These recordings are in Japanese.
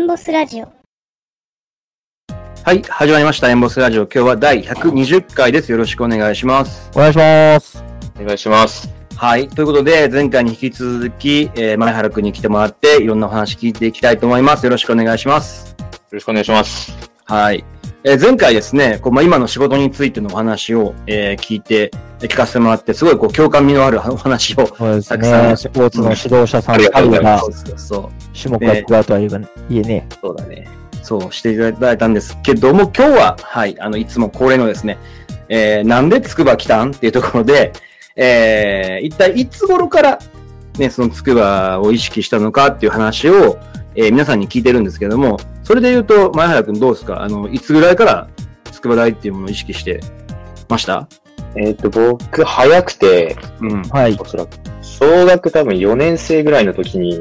ンボスラジオ。 はい、始まりましたエンボスラジオ。今日は第120回です。よろしくお願いします。 お願いします。 お願いします。 はい、ということで前回に引き続き、前原くんに来てもらっていろんなお話聞いていきたいと思います。よろしくお願いします。 よろしくお願いします。 はい。前回ですね、今の仕事についてのお話を、聞かせてもらって、すごい共感味のあるお話をたくさん、 スポーツの指導者さんが種目が違うとはいえね。 そうだね。そうしていただいたんですけども、今日は、はい、いつも恒例のですね、なんで筑波来たんっていうところで、一体いつ頃から、ね、その筑波を意識したのかっていう話を、皆さんに聞いてるんですけども、それで言うと、前原くんどうですか？いつぐらいから筑波大っていうものを意識してました？ 僕、早くて、 はい。 おそらく、小学多分4年生ぐらいの時に、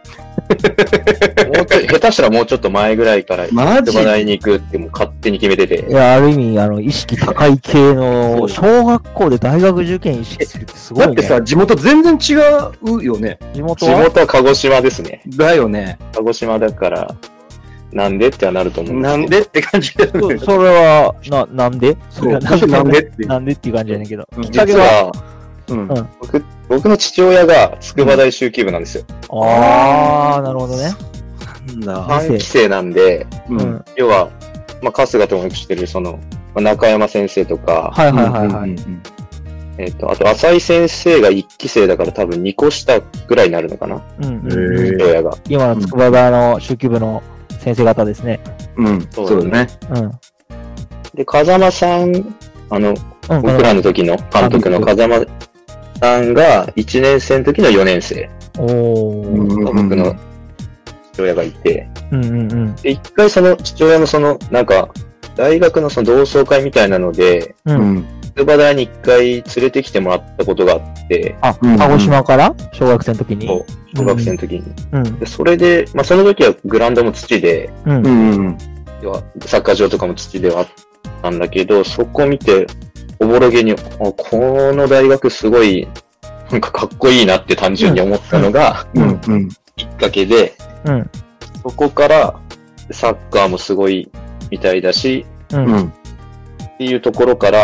下手したらもうちょっと前ぐらいから、筑波大に行くってもう勝手に決めてて。 いや、ある意味、意識高い系の、小学校で大学受験意識するってすごいね。 だってさ、地元全然違うよね。 地元は鹿児島ですね。 だよね。 鹿児島だから、なんでってはなると思うんですけど。 なんでって感じで。 それは、なんでなんでってなんでっていう感じじゃないけど。 実は、僕の父親が筑波大集球部なんですよ。 あー、なるほどね。 3期生なんで、要は、春日ともよく知ってる、中山先生とか、 はいはいはいはい。 あと、浅井先生が1期生だから多分2個下ぐらいになるのかな。父親が。 今の筑波大の集球部の先生方ですね。 そうだね。 で、風間さん、僕らの時の監督の風間さんが1年生の時の4年生。僕の父親がいて。で、一回その父親の大学の同窓会みたいなので、筑波大に一回連れてきてもらったことがあって。 あ、鹿児島から小学生の時に。 そう、小学生の時に。で、それで、その時はグラウンドも土で、サッカー場とかも土ではあったんだけど、そこを見て、おぼろげに、この大学すごい、かっこいいなって単純に思ったのが、きっかけで、そこからサッカーもすごいみたいだし、っていうところから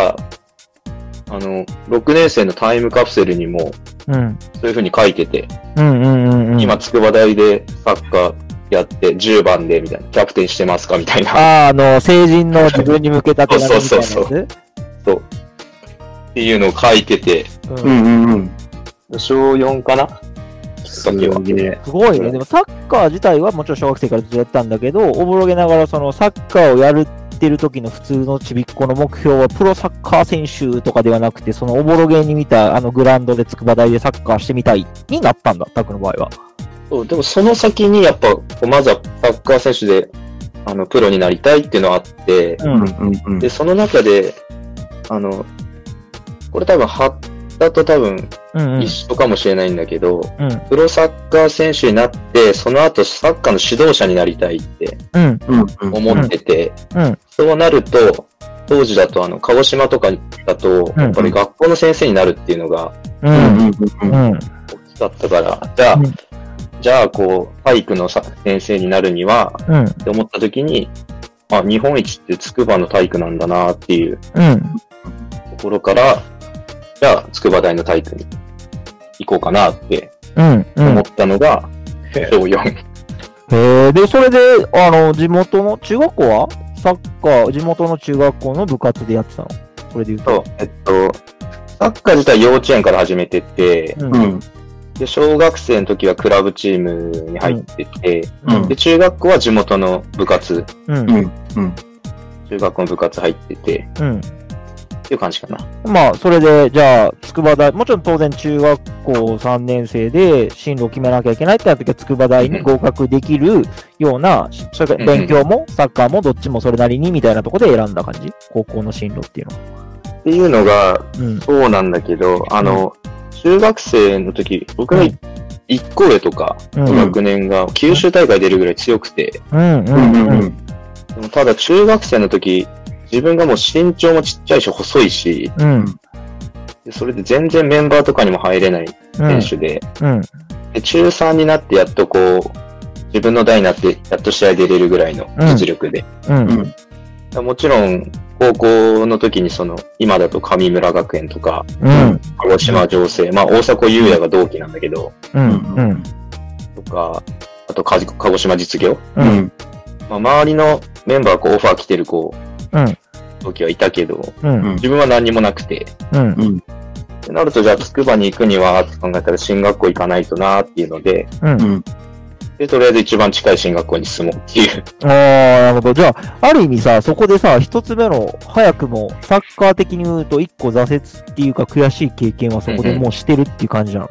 、6年生のタイムカプセルにも、そういう風に書いてて、今筑波大でサッカーやって10番でみたいな、キャプテンしてますかみたいな。 成人の自分に向けた手紙みたいなやつ。 そう。っていうのを書いてて、小4かな？ すごいね。でもサッカー自体はもちろん小学生からずっとやったんだけど、おぼろげながらサッカーをやってる時の普通のちびっこの目標はプロサッカー選手とかではなくて、おぼろげに見たグラウンドで筑波大でサッカーしてみたいになったんだ、タクの場合は。 そう、でもその先にやっぱ、まずはサッカー選手で、プロになりたいっていうのがあって、で、その中で、これ多分、だと多分、一緒かもしれないんだけど、プロサッカー選手になって、その後サッカーの指導者になりたいって思ってて、そうなると、当時だと鹿児島とかだと、やっぱり学校の先生になるっていうのが、大きかったから、じゃあ、体育の先生になるには、って思った時に、日本一って筑波の体育なんだなっていうところから、じゃあ、筑波大の体育に行こうかなって思ったのが、小4。 で、それで、地元の中学校はサッカー、地元の中学校の部活でやってたの？それで言うと。 サッカー自体幼稚園から始めてて、で、小学生の時はクラブチームに入ってて、で、中学校は地元の部活、中学校の部活入ってて、っていう感じかな。 それで、じゃあ、筑波大、もちろん当然中学校3年生で進路を決めなきゃいけないってなった時は筑波大に合格できるような、それから勉強もサッカーもどっちもそれなりにみたいなところで選んだ感じ？高校の進路っていうのは。 っていうのが、そうなんだけど、中学生の時、僕の1個上とかの学年が九州大会出るぐらい強くて、でもただ中学生の時、自分がもう身長もちっちゃいし細いし、でそれで全然メンバーとかにも入れない選手で、で中3になってやっと自分の代になってやっと試合出れるぐらいの実力で。もちろん、高校の時に今だと神村学園とか、鹿児島城西、大迫勇也が同期なんだけど、とか、あと鹿児島実業。周りのメンバーオファー来てる子、時はいたけど、自分は何にもなくて、ってなると、じゃあ、筑波に行くには、って考えたら、進学校行かないとな、っていうので、で、とりあえず一番近い進学校に住もうっていう。 なるほど。じゃあ、ある意味さ、そこでさ、一つ目の、早くも、サッカー的に言うと、一個挫折っていうか、悔しい経験はそこでもうしてるっていう感じなの？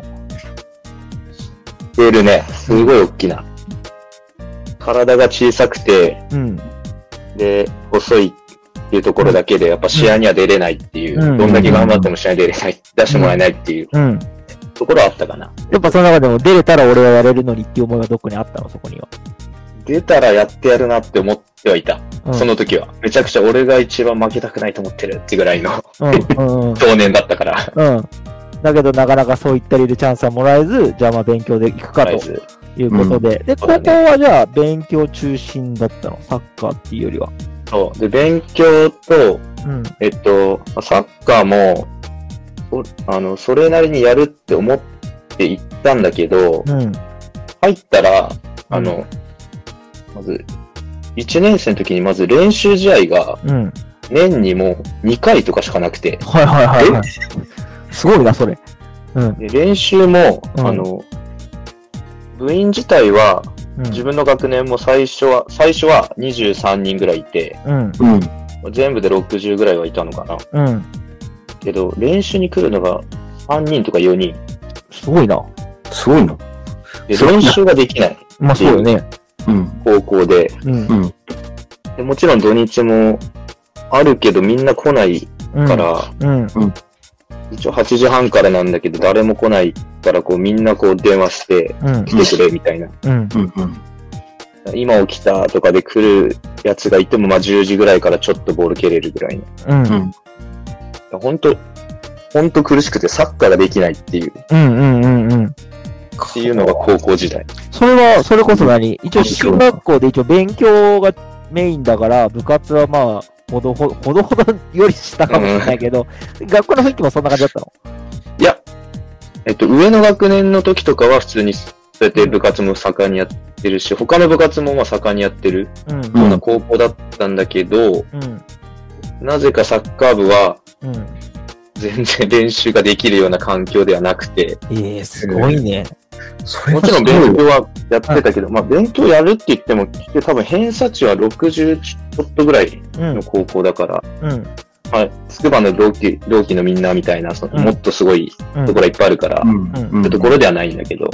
してるね。すごい大きな。体が小さくて、で、細いっていうところだけで、やっぱ試合には出れないっていう、どんだけ頑張っても試合に出れない、出してもらえないっていう、ところはあったかな。 やっぱその中でも出れたら俺はやれるのにっていう思いはどこにあったの、そこには。 出たらやってやるなって思ってはいた。その時は。めちゃくちゃ俺が一番負けたくないと思ってるってぐらいの少年だったから。 だけどなかなかそういったりでチャンスはもらえず、じゃあ勉強で行くかということで。で、高校はじゃあ勉強中心だったの？サッカーっていうよりは。 そう。で、勉強と、サッカーも、それなりにやるって思って行ったんだけど、入ったら、まず、1年生の時にまず練習試合が、年にもう2回とかしかなくて。 すごいな、それ。 で練習も、部員自体は、自分の学年も最初は23人ぐらいいて、全部で60ぐらいはいたのかな。けど、練習に来るのが3人とか4人。 すごいな。 すごいな。 で、練習ができない。 そうよね。 高校で。でもちろん土日もあるけどみんな来ないから、一応8時半からなんだけど誰も来ないからみんな電話して来てくれみたいな。今起きたとかで来るやつがいても10時ぐらいからちょっとボール蹴れるぐらいの。ほんと苦しくてサッカーができないっていう。っていうのが高校時代。 それこそ一応進学校で一応勉強がメインだから、部活はほどほどよりしたかもしれないけど、学校の雰囲気もそんな感じだったの？ いや、上の学年の時とかは普通にそうやって部活も盛んにやってるし、他の部活も盛んにやってるような高校だったんだけど、なぜかサッカー部は、全然練習ができるような環境ではなくて。 すごいね。 もちろん勉強はやってたけど、勉強やるって言っても、多分偏差値は60ちょっとぐらいの高校だから、筑波の同期のみんなみたいな、もっとすごいところいっぱいあるから、そういうところではないんだけど、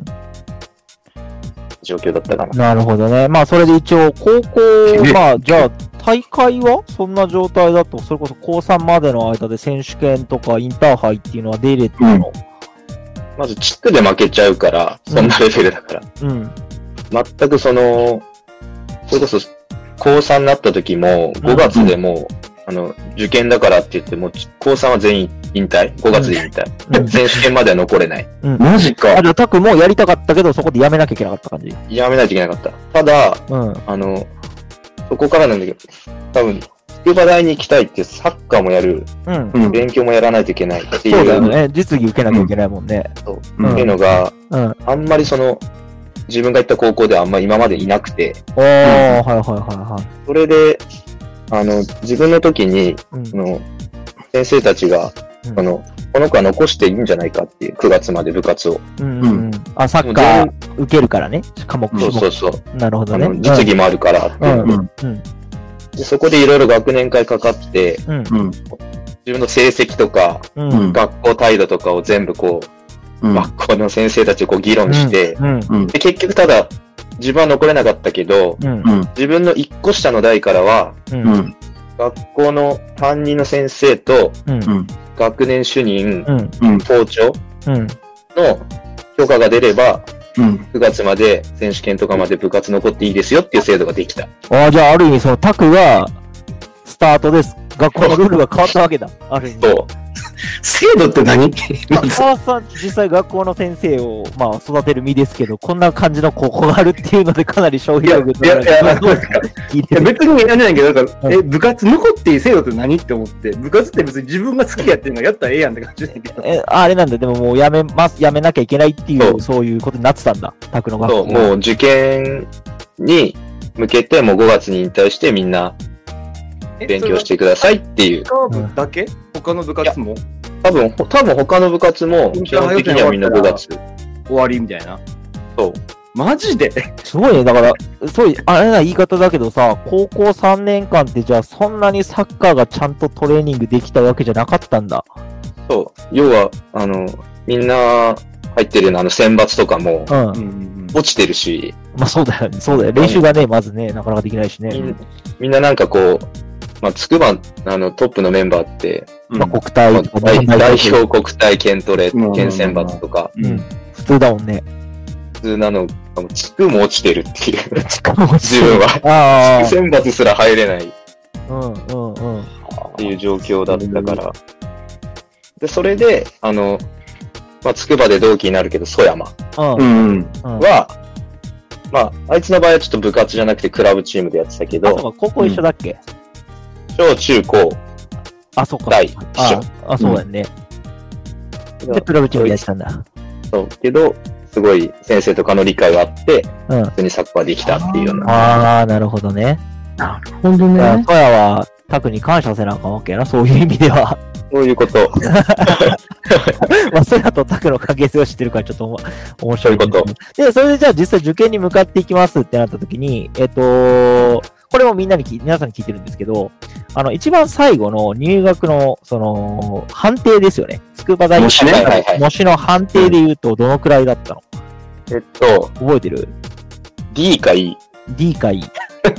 状況だったかな。 なるほどね。それで一応、高校、じゃあ、大会はそんな状態だと、それこそ高3までの間で選手権とかインターハイっていうのは出れてるの？ まず地区で負けちゃうから、そんなレベルだから。全くそれこそ高3になった時も、5月でもう、受験だからって言っても、高3は全員引退 ?5 月で引退。選手権までは残れない。 マジか。じゃあタクもやりたかったけど、そこでやめなきゃいけなかった感じ？ やめないといけなかった。ただ、そこからなんだけど、多分、筑波大に行きたいってサッカーもやる、勉強もやらないといけないっていう。 そうだよね。実技受けなきゃいけないもんね。 っていうのが、あんまり自分が行った高校ではあんまり今までいなくて。それで、自分の時に、先生たちが、この子は残していいんじゃないかっていう、9月まで部活を。 サッカー受けるからね、科目。 そう。 なるほどね。 実技もあるからっていう。でそこでいろいろ学年会かかって、自分の成績とか、学校態度とかを全部学校の先生たちを議論して、で結局ただ、自分は残れなかったけど、自分の1個下の代からは、学校の担任の先生と、学年主任、校長の許可が出れば、9月まで選手権とかまで部活残っていいですよっていう制度ができた。 じゃあある意味タクがスタートです。学校のルールが変わったわけだ。ある意味。 そう。 制度って何？ さん、実際学校の先生を、まあ、育てる身ですけど、こんな感じの高校があるっていうので、かなり消費力いや、別にやんないけど、だから、部活残っていい制度って何って思って、部活って別に自分が好きやってるのやったらええやんって感じだけど。 あれなんだ、でももうやめなきゃいけないっていう、そういうことになってたんだ、拓の学校。 そう、もう受験に向けて、もう5月に引退してみんな、勉強してくださいっていう。 だけ？他の部活も？ 多分他の部活も、基本的にはみんな5月。 終わりみたいな。そう。マジで？ すごいね。だから、そういう、あれな言い方だけどさ、高校3年間ってじゃあそんなにサッカーがちゃんとトレーニングできたわけじゃなかったんだ。 そう。要は、みんな入ってる選抜とかも、落ちてるし。 まあそうだよね。そうだよ。練習がね、まずね、なかなかできないしね。 みんななんかこう、まあ、筑波、トップのメンバーって、 まあ、国体とか、 代表国体、県トレ、県選抜とか、 普通だもんね。 普通なの、地区も落ちてるっていう。 地区も落ちてる。自分は。地区選抜すら入れない。っていう状況だったから。で、それで、まあ、筑波で同期になるけど、曽山は、まあ、あいつの場合はちょっと部活じゃなくてクラブチームでやってたけど。 高校一緒だっけ？ 小中高。 あ、そっか。 大一緒。 あ、そうだよね。で、クラブチームでやってたんだ。 そう。けど、すごい先生とかの理解があって、普通にサッカーできたっていうような。 ああ、なるほどね。 なるほどね。 小屋は、タクに感謝せなあかんわけやな、そういう意味では。 そういうこと。 まあ、それだとタクの関係性を知ってるからちょっと面白い。 そういうこと。 で、それでじゃあ実際受験に向かっていきますってなった時に、これも皆さんに聞いてるんですけど、一番最後の入学の、判定ですよね。筑波大学模試の判定で言うと、どのくらいだったの？覚えてる？ D か E。 D か E。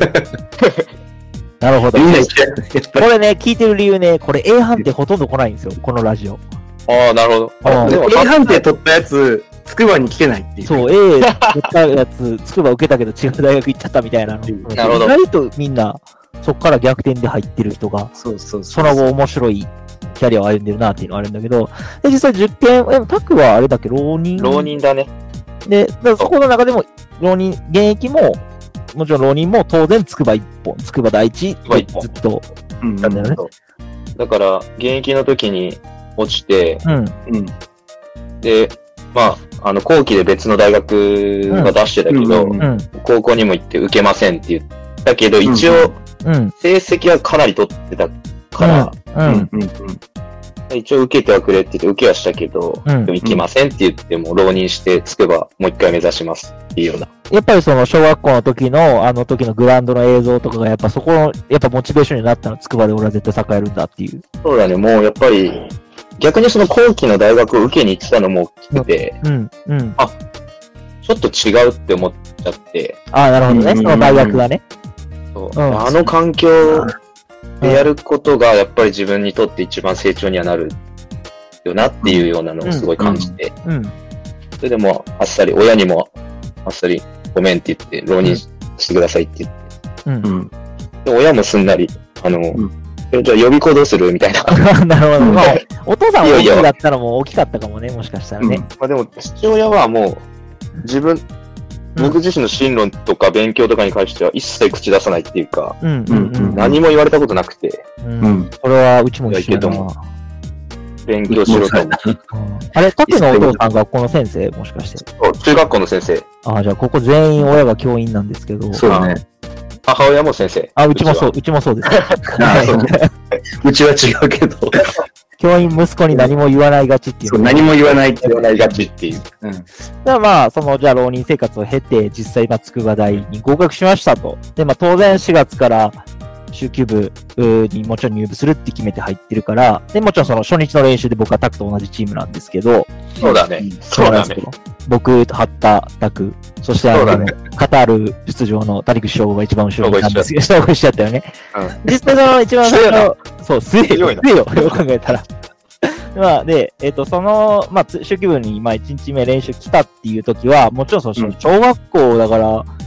なるほど。これね、聞いてる理由ね、これ A 判定ほとんど来ないんですよ、このラジオ。 ああ、なるほど。 でも A 判定取ったやつ、筑波に来てないっていう。 そう、A 取ったやつ、筑波受けたけど違う大学行っちゃったみたいなの。 なるほど。 意外とみんな、そっから逆転で入ってる人が、その後面白いキャリアを歩んでるなっていうのがあるんだけど、で、実際受験、タクはあれだっけ、浪人だね。 で、そこの中でも、現役も、もちろん浪人も当然筑波一本、筑波第一ずっとやったんだよね。 だから、現役の時に落ちて、で、まあ、後期で別の大学が出してたけど、高校にも行って受けませんって言ったけど、一応、成績はかなり取ってたから、一応受けてはくれって言って受けはしたけど、でも行きませんって言っても浪人して筑波もう一回目指しますっていうような。 やっぱりその小学校の時のグラウンドの映像とかがやっぱそこの、やっぱモチベーションになったの、筑波で俺は絶対サッカーやるんだっていう。 そうだね、もうやっぱり、逆にその後期の大学を受けに行ってたのも大きくて、あ、ちょっと違うって思っちゃって。 ああ、なるほどね、その大学がね。 そう。あの環境でやることがやっぱり自分にとって一番成長にはなるよなっていうようなのをすごい感じて。それでもあっさり、親にもあっさりごめんって言って浪人してくださいって言って。で親もすんなり、じゃあ予備校どうするみたいな。 なるほど。まあ、お父さんは大きだったのも大きかったかもね、もしかしたらね。 まあでも、父親はもう、僕自身の進路とか勉強とかに関しては一切口出さないっていうか、何も言われたことなくて。 これはうちも一緒だな。 勉強しろと思う。 あれ、タクのお父さん学校の先生もしかして。 そう、中学校の先生。 ああ、じゃあここ全員親が教員なんですけど。 そうね。 母親も先生。 あ、うちもそうです。 うちは違うけど。 教員息子に何も言わないがちっていう。 そう、何も言わないがちっていう。 まあ、じゃあ浪人生活を経て、実際、筑波大に合格しましたと。で、まあ、当然4月から、中級部にもちろん入部するって決めて入ってるから、で、もちろんその初日の練習で僕はタクと同じチームなんですけど、 そうだね。そうだね。 僕、八田、タク、そしてカタール出場のタリク将軍が一番後ろにいたんですけど、一緒だったよね。実際その一番最初、そう、強いよ、よく考えたら。まあ、で、まあ、中級部に、まあ、1日目練習来たっていう時は、もちろんその、小学校だから、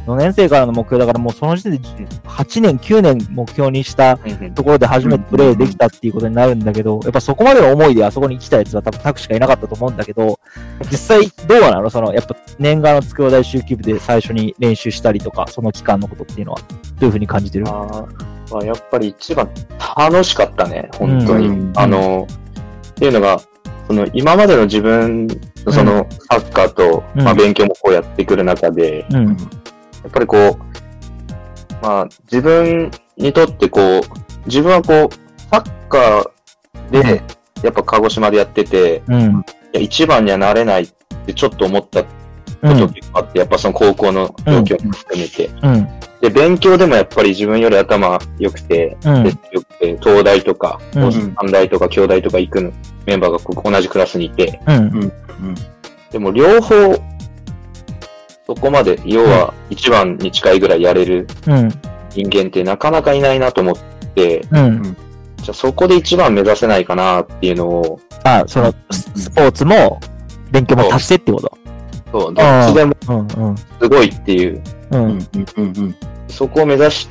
4年生からの目標だから、もうその時点で8年、9年目標にしたところで初めてプレーできたっていうことになるんだけど、やっぱそこまでの思いであそこに来たやつは多分タクしかいなかったと思うんだけど、実際どうなの？やっぱ念願の筑波大集球部で最初に練習したりとか、その期間のことっていうのは、どういうふうに感じてる？ やっぱり一番楽しかったね、本当に。っていうのが、今までの自分のサッカーと、勉強もこうやってくる中で、やっぱり自分にとって自分はサッカーで、やっぱ鹿児島でやってて、一番にはなれないってちょっと思ったことがあって、やっぱその高校の状況も含めて。で、勉強でもやっぱり自分より頭良くて、東大とか、短大とか京大とか行くメンバーが同じクラスにいて、でも両方、そこまで、要は一番に近いぐらいやれる人間ってなかなかいないなと思って、じゃあそこで一番目指せないかなっていうのを。 スポーツも勉強も足してってこと？ そう、どっちでもすごいっていう。そこを目指して、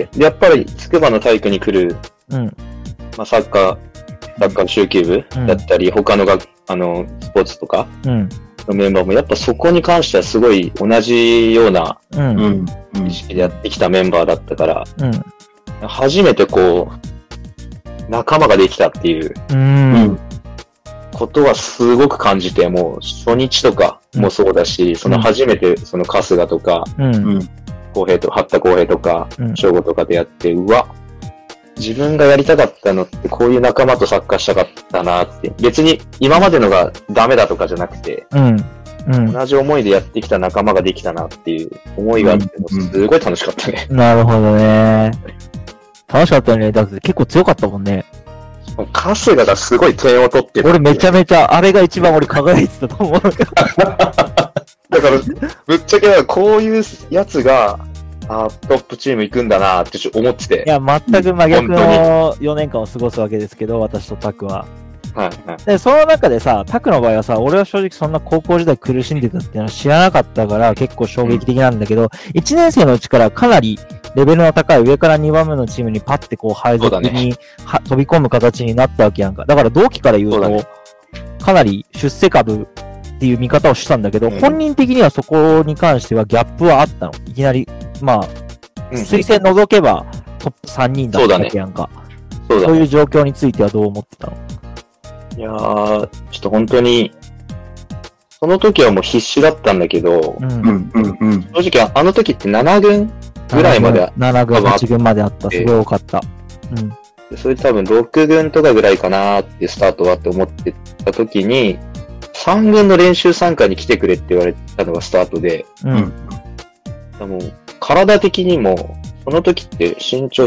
でやっぱり筑波の体育に来る、サッカー集球部だったり、他のスポーツとかのメンバーもやっぱそこに関してはすごい同じような意識でやってきたメンバーだったから、初めて仲間ができたっていうことはすごく感じて、もう初日とかもそうだし、初めて春日とか、八田浩平とか、翔吾とかでやって、自分がやりたかったのってこういう仲間とサッカーしたかったなって。別に今までのがダメだとかじゃなくて、同じ思いでやってきた仲間ができたなっていう思いがあって、すごい楽しかったね。 なるほどね。楽しかったよね。だって結構強かったもんね。 春日がすごい点を取ってる。 俺めちゃめちゃ、あれが一番俺輝いてたと思う。 だから、ぶっちゃけこういうやつが、トップチーム行くんだなって思ってて。 いや、全く真逆の4年間を過ごすわけですけど、私とタクは。で、その中でさ、タクの場合はさ、俺は正直そんな高校時代苦しんでたっていうのは知らなかったから結構衝撃的なんだけど、1年生のうちからかなりレベルの高い上から2番目のチームにパッて配属に飛び込む形になったわけやんか。だから同期から言うと、かなり出世株っていう見方をしたんだけど、本人的にはそこに関してはギャップはあったの。いきなり、推薦除けばトップ3人だったわけやんか。そういう状況についてはどう思ってたの？ いやー、ちょっと本当に、その時はもう必死だったんだけど、正直あの時って7軍ぐらいまで 7軍、8軍まであった。すごい多かった。 それ多分6軍とかぐらいかなーってスタートはって思ってた時に、3軍の練習参加に来てくれって言われたのがスタートで、もう体的にも、その時って身長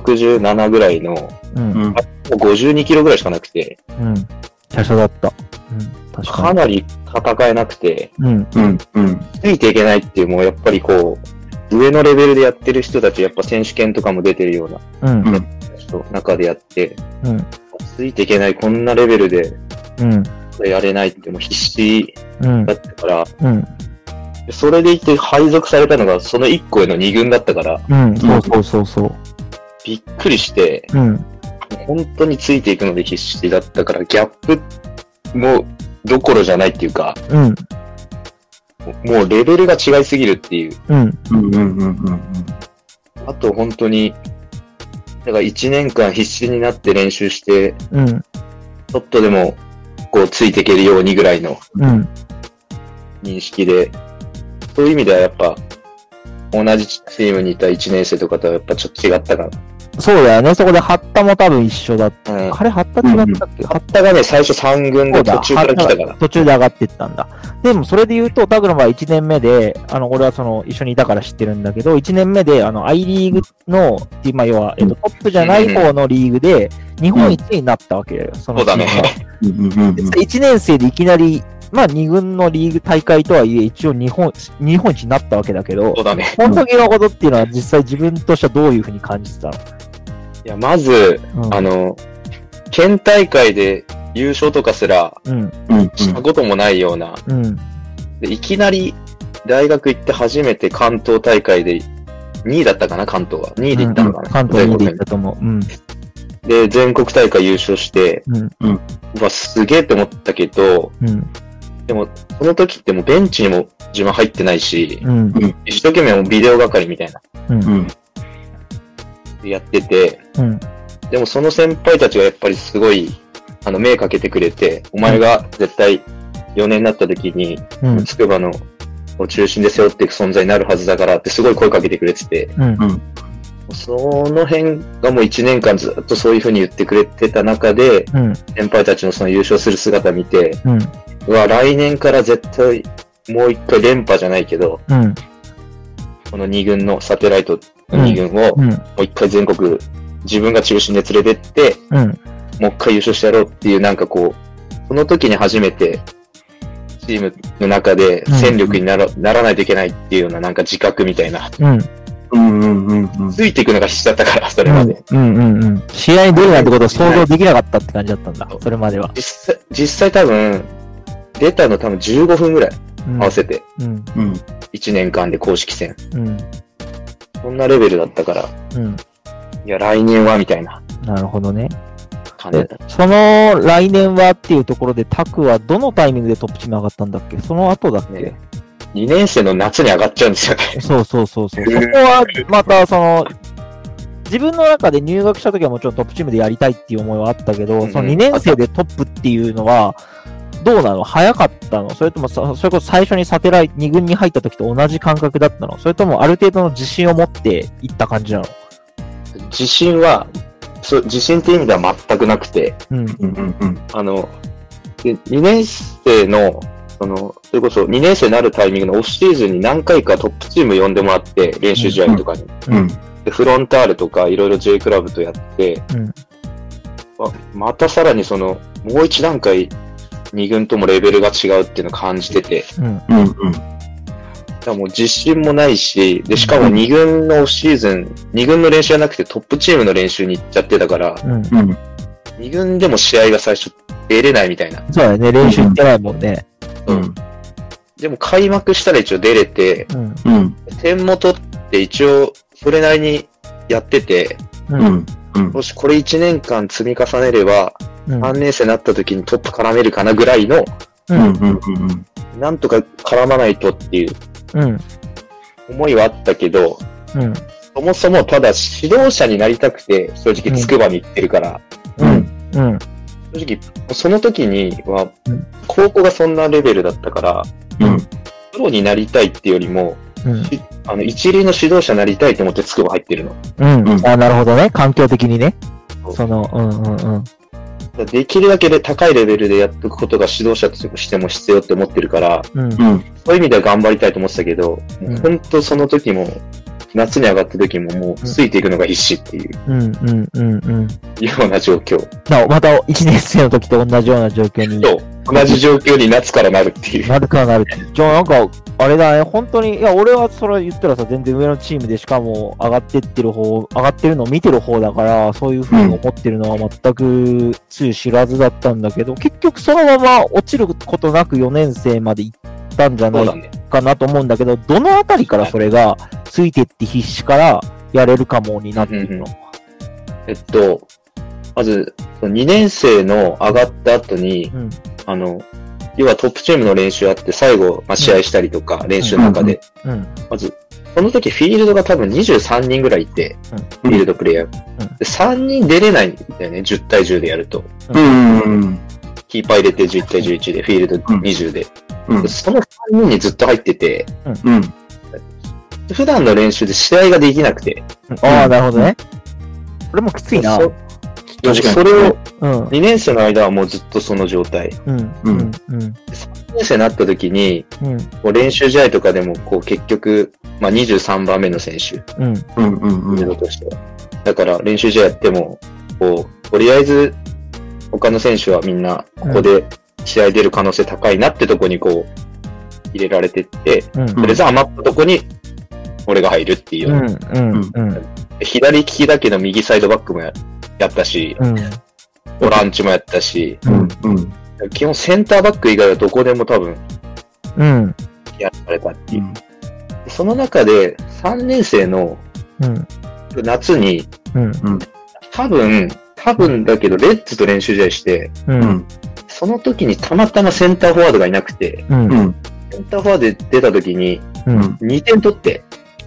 167ぐらいの、52キロぐらいしかなくて、 華奢だった。 確かなり戦えなくて、ついていけないっていう、もうやっぱり上のレベルでやってる人たち、やっぱ選手権とかも出てるような、中でやって、ついていけない、こんなレベルで、やれないってもう必死だったから、それでいて配属されたのがその1個への2軍だったから、 そう。 びっくりして、本当についていくので必死だったから、ギャップもどころじゃないっていうか、もうレベルが違いすぎるっていう。あと本当に、だから1年間必死になって練習して、ちょっとでもついていけるようにぐらいの認識で、そういう意味ではやっぱ同じチームにいた1年生とかとはやっぱちょっと違ったかな。 そうだよね。そこで八田も多分一緒だった。あれ八田違ったっけ？ 八田がね、最初3軍で途中から来たから。 途中で上がっていったんだ。でもそれで言うと、タグの場合1年目で、俺は一緒にいたから知ってるんだけど、1年目でI リーグの、要は、トップじゃない方のリーグで、日本一になったわけよ。 そうだね。 1年生でいきなり、2軍のリーグ大会とはいえ、一応日本一になったわけだけど、 そうだね。 この時のことっていうのは実際自分としてはどういうふうに感じてたの？ いや、まず、県大会で優勝とかすら、したこともないような、でいきなり大学行って初めて関東大会で2位だったかな、関東は。2位で行ったのかな。 関東2位で行ったと思う。 で、全国大会優勝して、うわ、すげえって思ったけど、でも、その時ってもうベンチにも自分入ってないし、一生懸命ビデオ係みたいな。やってて、でもその先輩たちがやっぱりすごい、目かけてくれて、お前が絶対4年になった時に、つくばの中心で背負っていく存在になるはずだからってすごい声かけてくれてて、その辺がもう1年間ずっとそういう風に言ってくれてた中で、先輩たちのその優勝する姿見て、うわ、来年から絶対もう一回連覇じゃないけど、この2軍のサテライトの2軍をもう一回全国自分が中心で連れてって、もう一回優勝してやろうっていうなんかこう、その時に初めてチームの中で戦力にならないといけないっていうようななんか自覚みたいな。ついていくのが必死だったから、それまで。 試合に出るなんてことを想像できなかったって感じだったんだ、それまでは。 実際多分、出たの多分15分ぐらい合わせて。1年間で公式戦。そんなレベルだったから。いや、来年はみたいな。 なるほどね。その来年はっていうところで、タクはどのタイミングでトップチーム上がったんだっけ？その後だっけ ？2年生の夏に上がっちゃうんですよね。 そう。そこは、また、自分の中で入学した時はもちろんトップチームでやりたいっていう思いはあったけど、その2年生でトップっていうのは、どうなの？早かったの？それともそれこそ最初にサテライト2軍に入った時と同じ感覚だったの？それともある程度の自信を持っていった感じなの？ 自信っていう意味では全くなくて、2年生の、それこそ2年生になるタイミングのオフシーズンに何回かトップチーム呼んでもらって、練習試合とかに。でフロンターレとかいろいろ J クラブとやって、またさらにもう一段階2軍ともレベルが違うっていうのを感じてて、だからもう自信もないし、で、しかも2軍のオフシーズン、2軍の練習じゃなくてトップチームの練習に行っちゃってたから、2軍でも試合が最初出れないみたいな。 そうだね、練習行ってないもんね。 でも開幕したら一応出れて、点も取って一応それなりにやってて、もしこれ1年間積み重ねれば、3年生になった時にトップ絡めるかなぐらいの、なんとか絡まないとっていう思いはあったけど、そもそもただ指導者になりたくて正直筑波に行ってるから、正直その時には高校がそんなレベルだったから、プロになりたいっていうよりも、一流の指導者になりたいと思って筑波入ってるの。 なるほどね。環境的にね。 できるだけで高いレベルでやっていくことが指導者としても必要って思ってるから、そういう意味では頑張りたいと思ってたけど、本当その時も、夏に上がった時ももうついていくのが必死っていう、ような状況。 また1年生の時と同じような状況に。 同じ状況に夏からなるっていう。 なるっていう。じゃあなんか、あれだね、本当に、いや、俺はそれ言ったらさ、全然上のチームでしかも上がってるのを見てる方だから、そういう風に思ってるのは全くつゆ知らずだったんだけど、結局そのまま落ちることなく4年生まで行ったんじゃないかなと思うんだけど、どのあたりからそれがついてって必死からやれるかもになってるの？ まず、2年生の上がった後に、要はトップチームの練習あって、最後、試合したりとか、練習の中で。まず、その時フィールドが多分23人ぐらいいて、フィールドプレイヤー。で3人出れないんだよね、10対10でやると。キーパー入れて11対11で、フィールド20で。でその3人にずっと入ってて、普段の練習で試合ができなくて。 ああ、なるほどね。これもきついな。 それを、2年生の間はもうずっとその状態。3年生になった時に、練習試合とかでも結局、23番目の選手。だから練習試合やっても、とりあえず他の選手はみんなここで試合出る可能性高いなってとこに入れられてって、とりあえず余ったとこに俺が入るっていう。左利きだけど右サイドバックもやったし、ボランチもやったし、基本センターバック以外はどこでも多分、 やられたっていう。その中で3年生の夏に、多分だけど、レッズと練習試合して、その時にたまたまセンターフォワードがいなくて、センターフォワードで出た時に、2点取って、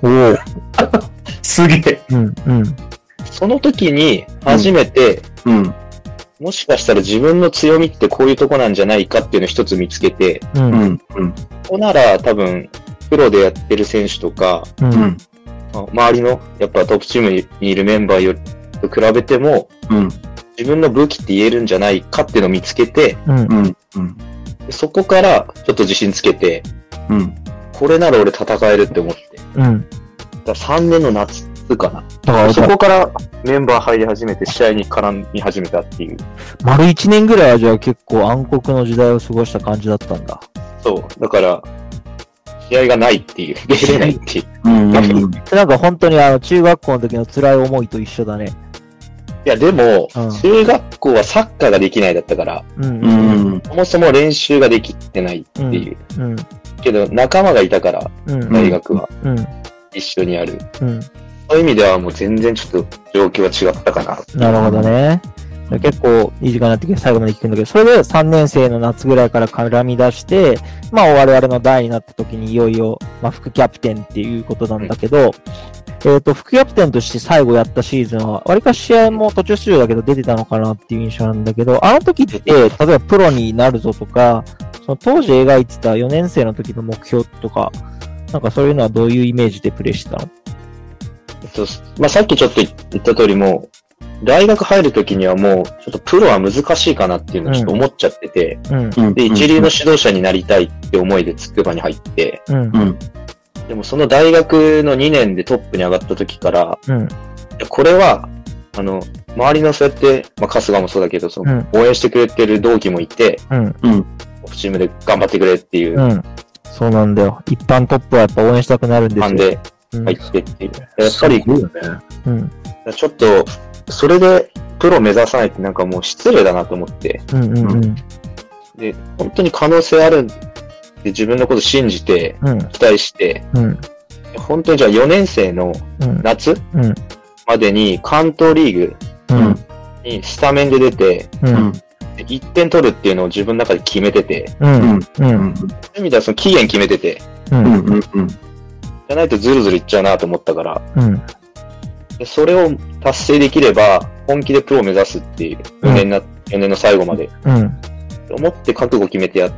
すげえ。 その時に初めて、もしかしたら自分の強みってこういうとこなんじゃないかっていうのを一つ見つけて、ここなら多分、プロでやってる選手とか、周りのやっぱトップチームにいるメンバーと比べても、自分の武器って言えるんじゃないかっていうのを見つけて、そこからちょっと自信つけて、これなら俺戦えるって思って。だ3年の夏かな。そこからメンバー入り始めて試合に絡み始めたっていう。 丸1年ぐらいはじゃあ結構暗黒の時代を過ごした感じだったんだ。 そう。だから、試合がないっていう。出れないっていう。 なんか本当に中学校の時の辛い思いと一緒だね。 いや、でも、中学校はサッカーができないだったから、そもそも練習ができてないっていう。けど、仲間がいたから、大学は。一緒にやる。そういう意味ではもう全然ちょっと状況は違ったかな。 なるほどね。結構いい時間になってきて最後まで聞くんだけど、それで3年生の夏ぐらいから絡み出して、まあ我々の代になった時にいよいよ、まあ副キャプテンっていうことなんだけど、副キャプテンとして最後やったシーズンは、割かし試合も途中出場だけど出てたのかなっていう印象なんだけど、あの時って、例えばプロになるぞとか、その当時描いてた4年生の時の目標とか、なんかそういうのはどういうイメージでプレイしてたの？ まあさっきちょっと言った通りも、大学入るときにはもう、ちょっとプロは難しいかなっていうのをちょっと思っちゃってて、で、一流の指導者になりたいって思いで筑波に入って、でもその大学の2年でトップに上がったときから、これは、周りのそうやって、まあ春日もそうだけど、応援してくれてる同期もいて、チームで頑張ってくれっていう。 そうなんだよ。一般トップはやっぱ応援したくなるんですよ。 で入ってっていう。やっぱり、ちょっと、それでプロ目指さないってなんかもう失礼だなと思って、で、本当に可能性あるって自分のこと信じて、期待して、本当にじゃあ4年生の夏までに関東リーグにスタメンで出て、1点取るっていうのを自分の中で決めてて、そういう意味ではその期限決めてて、じゃないとズルズルいっちゃうなと思ったから、でそれを達成できれば本気でプロを目指すっていう4年の最後まで、思って覚悟決めてやって、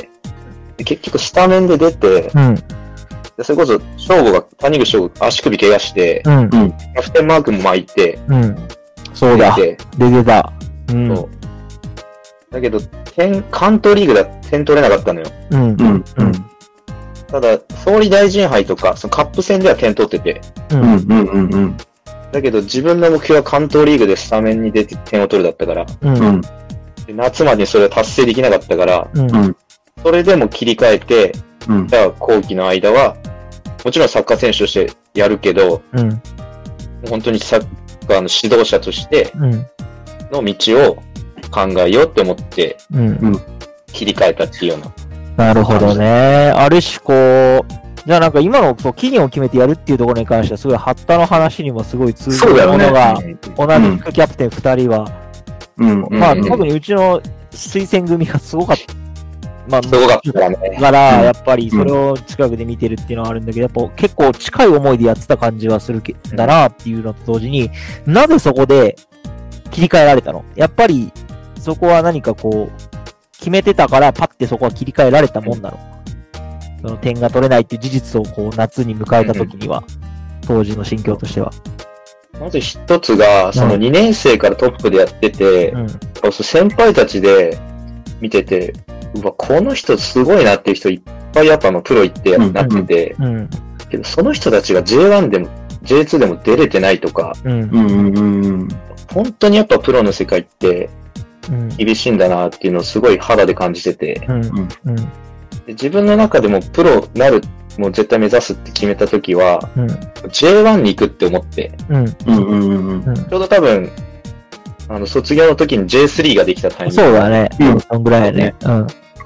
で結局スタメンで出て、でそれこそ谷口翔吾足首怪我して、キャプテンマークも巻いて、 そうだ、出てた。 そうだけど、関東リーグでは点取れなかったのよ。ただ、総理大臣杯とか、そのカップ戦では点取ってて。だけど、自分の目標は関東リーグでスタメンに出て点を取るだったから。で夏までにそれは達成できなかったから、それでも切り替えて、じゃあ後期の間は、もちろんサッカー選手としてやるけど、本当にサッカーの指導者としての道を考えようって思って、切り替えたっていうような。 なるほどね。ある種こう、じゃあなんか今の期限を決めてやるっていうところに関してはすごい八田の話にもすごい通じるものが、同じ副キャプテン2人は、まあ特にうちの推薦組がすごかった。まあ、すごかったね。だから、やっぱりそれを近くで見てるっていうのはあるんだけど、やっぱ結構近い思いでやってた感じはするんだなっていうのと同時に、なぜそこで切り替えられたの？やっぱりそこは何かこう、決めてたからパッてそこは切り替えられたもんなの？その点が取れないっていう事実をこう夏に迎えた時には、当時の心境としては。 まず一つが、その2年生からトップでやってて、先輩たちで見てて、うわ、この人すごいなっていう人いっぱいやっぱプロ行ってなってて、けどその人たちが J1 でも J2 でも出れてないとか、本当にやっぱプロの世界って厳しいんだなっていうのをすごい肌で感じてて、で自分の中でもプロなる、もう絶対目指すって決めた時は、J1 に行くって思って、ちょうど多分、卒業の時に J3 ができたタイミング。 そうだね。そんぐらいね。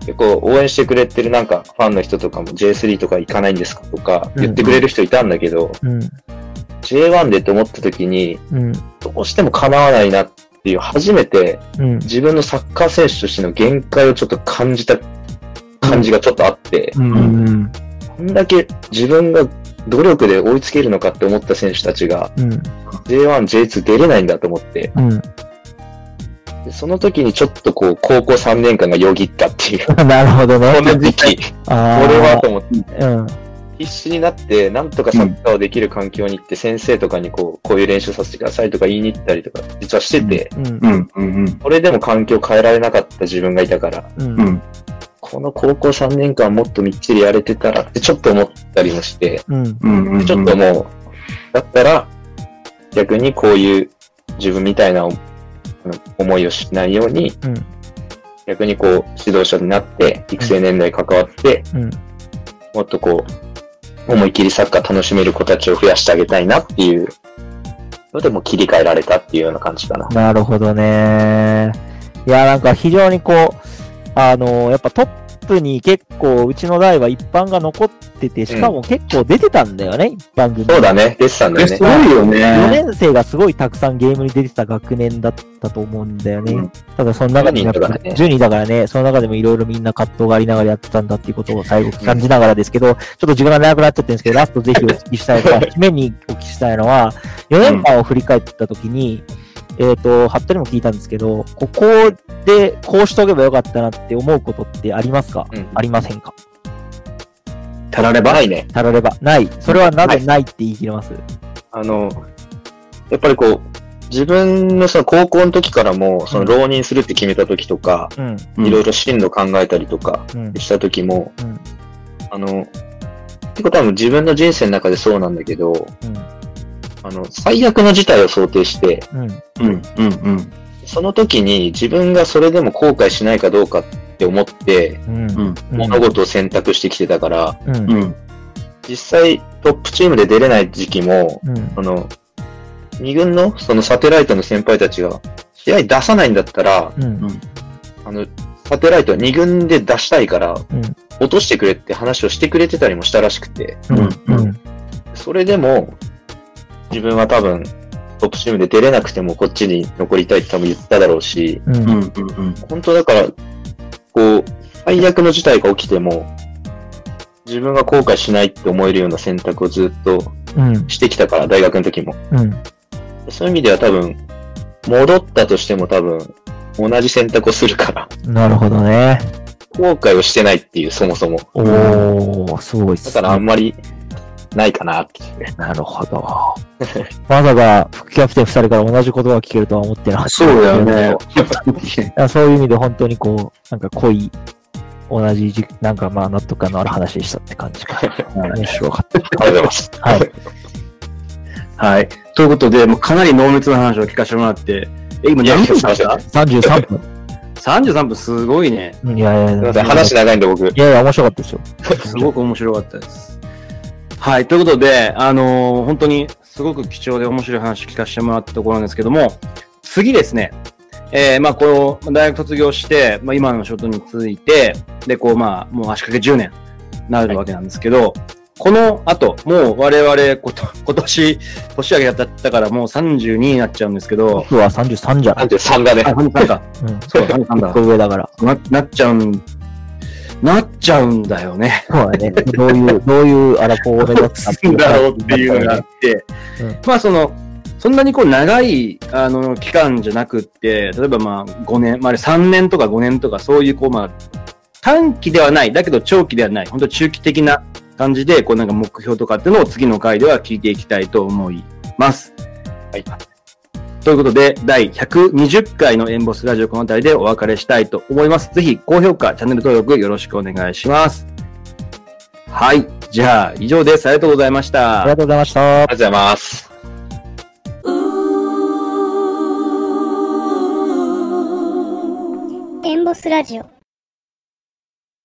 結構応援してくれてるなんかファンの人とかも J3 とか行かないんですかとか言ってくれる人いたんだけど、J1 でと思った時に、どうしても叶わないなっていう初めて自分のサッカー選手としての限界をちょっと感じた感じがちょっとあって、こんだけ自分が努力で追いつけるのかって思った選手たちが、J1、J2 出れないんだと思って、その時にちょっとこう、高校3年間がよぎったっていう。 なるほどね。 この時期、これはと思って、必死になって、なんとかサッカーをできる環境に行って、先生とかにこういう練習させてくださいとか言いに行ったりとか、実はしてて、それでも環境を変えられなかった自分がいたから、この高校3年間もっとみっちりやれてたらってちょっと思ったりもして、ちょっともう、だったら、逆にこういう自分みたいな思いをしないように、逆にこう指導者になって育成年代関わって、もっとこう思い切りサッカー楽しめる子たちを増やしてあげたいなっていうのでも切り替えられたっていうような感じかな。 なるほどね。いや、なんか非常にこうやっぱトップに結構うちの代は一般が残ってて、しかも結構出てたんだよね、一般組。 そうだね、出てたんだよね。 すごいよね。 4年生がすごいたくさんゲームに出てた学年だったと思うんだよね。ただその中でも10人だからね、その中でもいろいろみんな葛藤がありながらやってたんだっていうことを最後感じながらですけど、ちょっと時間が長くなっちゃってるんですけど、ラストぜひお聞きしたいのは、締めにお聞きしたいのは、4年間を振り返ったときに、服部も聞いたんですけど、ここでこうしとけばよかったなって思うことってありますか？ありませんか？ たらればないね。 たらればない。それはなぜないって言い切れます？ やっぱりこう、自分のその高校の時からも、その浪人するって決めた時とか、いろいろ進路考えたりとかした時も、ってことはもう自分の人生の中でそうなんだけど、最悪の事態を想定して、その時に自分がそれでも後悔しないかどうかって思って、物事を選択してきてたから、実際トップチームで出れない時期も、2軍のそのサテライトの先輩たちが試合出さないんだったら、サテライトは2軍で出したいから、落としてくれって話をしてくれてたりもしたらしくて、それでも、自分は多分トップチームで出れなくてもこっちに残りたいって多分言っただろうし、本当だからこう最悪の事態が起きても自分が後悔しないって思えるような選択をずっとしてきたから、大学の時も、そういう意味では多分戻ったとしても多分同じ選択をするから。 なるほどね。 後悔をしてないっていう、そもそも。 すごいっすね。 だからあんまりないかなって。 なるほど。まさか副キャプテン2人から同じ言葉を聞けるとは思ってなかった。 そうだよね。 そういう意味で本当にこう、なんか濃い、同じなんかまあ納得感のある話でしたって感じか。面白かった。 ありがとうございます。 はい。 はい。ということで、もうかなり濃密な話を聞かせてもらって、今何分でした？ 33分。 33分すごいね。 いやすみません、話長いんで僕。 いや、面白かったですよ。 すごく面白かったです。はい。ということで、本当にすごく貴重で面白い話聞かせてもらったところなんですけども、次ですね。まあ、この大学卒業して、まあ、今の仕事について、で、こう、まあ、もう足掛け10年なるわけなんですけど、この後、もう我々、今年、年明けだったからもう32になっちゃうんですけど。 僕は33じゃん。 33だね。 33か。そう、33だ。 1個上だから。 なっちゃうんだよね。 そうだね。どういうアラフォーを目指すんだろうっていうのがあって、まあそんなにこう長い、期間じゃなくって、例えばまあ5年、まあ3年とか5年とかそういうこうまあ、短期ではない、だけど長期ではない、本当中期的な感じで、こうなんか目標とかっていうのを次の回では聞いていきたいと思います。はい。ということで、第120回のエンボスラジオこの辺りでお別れしたいと思います。ぜひ高評価、チャンネル登録よろしくお願いします。はい。じゃあ、以上です。ありがとうございました。 ありがとうございました。 ありがとうございます。 エンボスラジオ。